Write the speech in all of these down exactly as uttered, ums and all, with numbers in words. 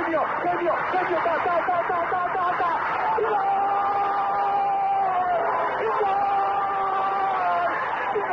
segno, segno, segno, ta ta ta ta ta ta ta. Il gol! Il gol! Il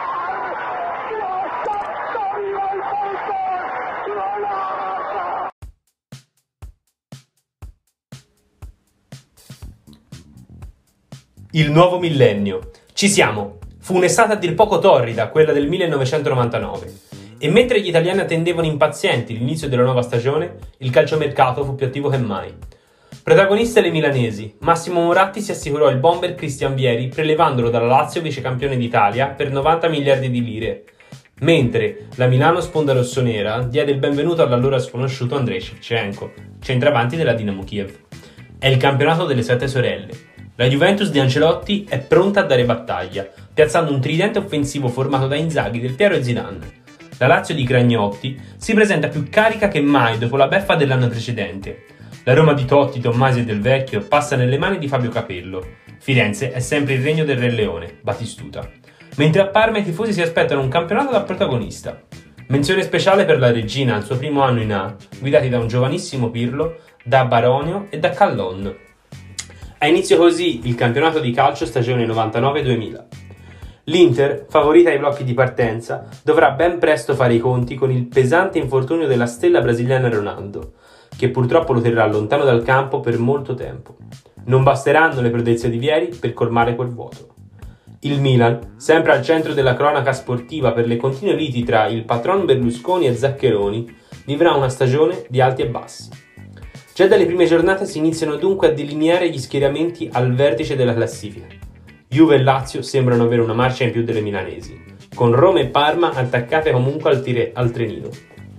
Il nuovo millennio. Ci siamo. Fu un'estate a dir poco torrida, quella del millenovecentonovantanove. E mentre gli italiani attendevano impazienti l'inizio della nuova stagione, il calciomercato fu più attivo che mai. Protagoniste le milanesi, Massimo Moratti si assicurò il bomber Christian Vieri prelevandolo dalla Lazio vicecampione d'Italia per novanta miliardi di lire, mentre la Milano sponda rossonera diede il benvenuto all'allora sconosciuto Andrei Shevchenko, centravanti della Dinamo Kiev. È il campionato delle sette sorelle. La Juventus di Ancelotti è pronta a dare battaglia, piazzando un tridente offensivo formato da Inzaghi, Del Piero e Zidane. La Lazio di Cragnotti si presenta più carica che mai dopo la beffa dell'anno precedente. La Roma di Totti, Tommasi e Del Vecchio passa nelle mani di Fabio Capello. Firenze è sempre il regno del Re Leone, Batistuta. Mentre a Parma i tifosi si aspettano un campionato da protagonista. Menzione speciale per la regina al suo primo anno in A, guidati da un giovanissimo Pirlo, da Baronio e da Callon. Ha inizio così il campionato di calcio stagione novantanove duemila. L'Inter, favorita ai blocchi di partenza, dovrà ben presto fare i conti con il pesante infortunio della stella brasiliana Ronaldo, che purtroppo lo terrà lontano dal campo per molto tempo. Non basteranno le prodezze di Vieri per colmare quel vuoto. Il Milan, sempre al centro della cronaca sportiva per le continue liti tra il patron Berlusconi e Zaccheroni, vivrà una stagione di alti e bassi. Già dalle prime giornate si iniziano dunque a delineare gli schieramenti al vertice della classifica. Juve e Lazio sembrano avere una marcia in più delle milanesi, con Roma e Parma attaccate comunque al, tire, al trenino.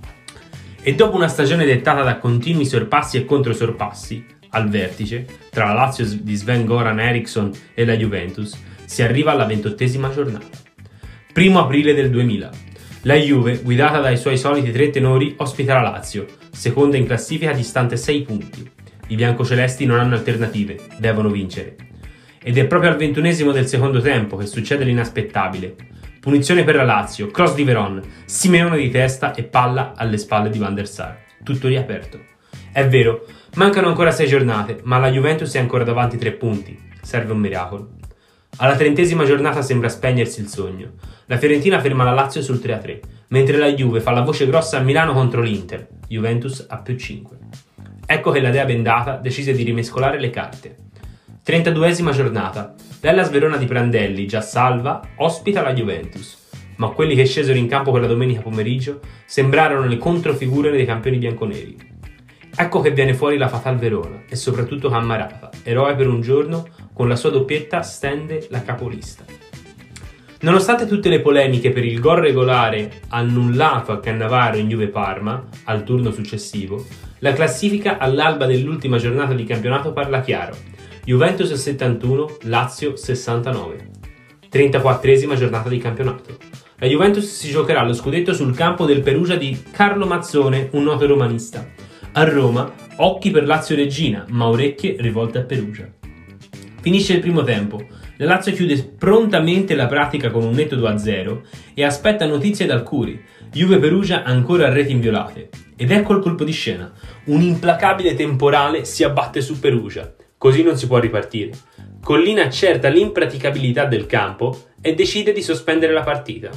E dopo una stagione dettata da continui sorpassi e controsorpassi, al vertice, tra la Lazio di Sven-Goran Eriksson e la Juventus, si arriva alla ventottesima giornata. Primo aprile del duemila. La Juve, guidata dai suoi soliti tre tenori, ospita la Lazio, seconda in classifica distante sei punti. I biancocelesti non hanno alternative, devono vincere. Ed è proprio al ventunesimo del secondo tempo che succede l'inaspettabile. Punizione per la Lazio, cross di Veron, Simeone di testa e palla alle spalle di Van der Sar. Tutto riaperto. È vero, mancano ancora sei giornate, ma la Juventus è ancora davanti tre punti. Serve un miracolo. Alla trentesima giornata sembra spegnersi il sogno. La Fiorentina ferma la Lazio sul tre a tre, mentre la Juve fa la voce grossa a Milano contro l'Inter, Juventus a più cinque. Ecco che la dea bendata decise di rimescolare le carte. trentaduesima giornata. L'Hellas Verona di Prandelli, già salva, ospita la Juventus, ma quelli che scesero in campo quella domenica pomeriggio sembrarono le controfigure dei campioni bianconeri. Ecco che viene fuori la Fatal Verona e soprattutto Cammarata, eroe per un giorno, con la sua doppietta stende la capolista. Nonostante tutte le polemiche per il gol regolare annullato a Cannavaro in Juve Parma, al turno successivo, la classifica all'alba dell'ultima giornata di campionato parla chiaro. Juventus settantuno, Lazio sessantanove. trentaquattresima giornata di campionato. La Juventus si giocherà lo scudetto sul campo del Perugia di Carlo Mazzone, un noto romanista. A Roma, occhi per Lazio Regina, ma orecchie rivolte a Perugia. Finisce il primo tempo. La Lazio chiude prontamente la pratica con un netto due a zero e aspetta notizie dal Curi. Juve Perugia ancora a reti inviolate. Ed ecco il colpo di scena. Un implacabile temporale si abbatte su Perugia. Così non si può ripartire. Collina accerta l'impraticabilità del campo e decide di sospendere la partita.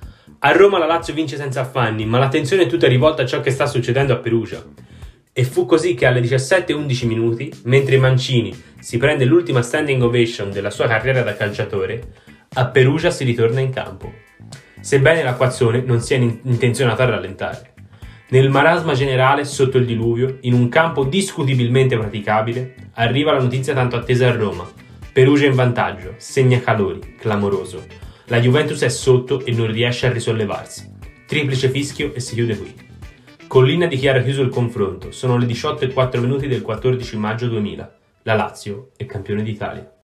A Roma la Lazio vince senza affanni, ma l'attenzione è tutta rivolta a ciò che sta succedendo a Perugia. E fu così che alle diciassette e undici minuti, mentre Mancini si prende l'ultima standing ovation della sua carriera da calciatore, a Perugia si ritorna in campo. Sebbene l'acquazzone non sia intenzionata a rallentare. Nel marasma generale, sotto il diluvio, in un campo discutibilmente praticabile, arriva la notizia tanto attesa a Roma. Perugia in vantaggio, segna calori, clamoroso. La Juventus è sotto e non riesce a risollevarsi. Triplice fischio e si chiude qui. Collina dichiara chiuso il confronto. Sono le diciotto e quattro minuti del quattordici maggio duemila. La Lazio è campione d'Italia.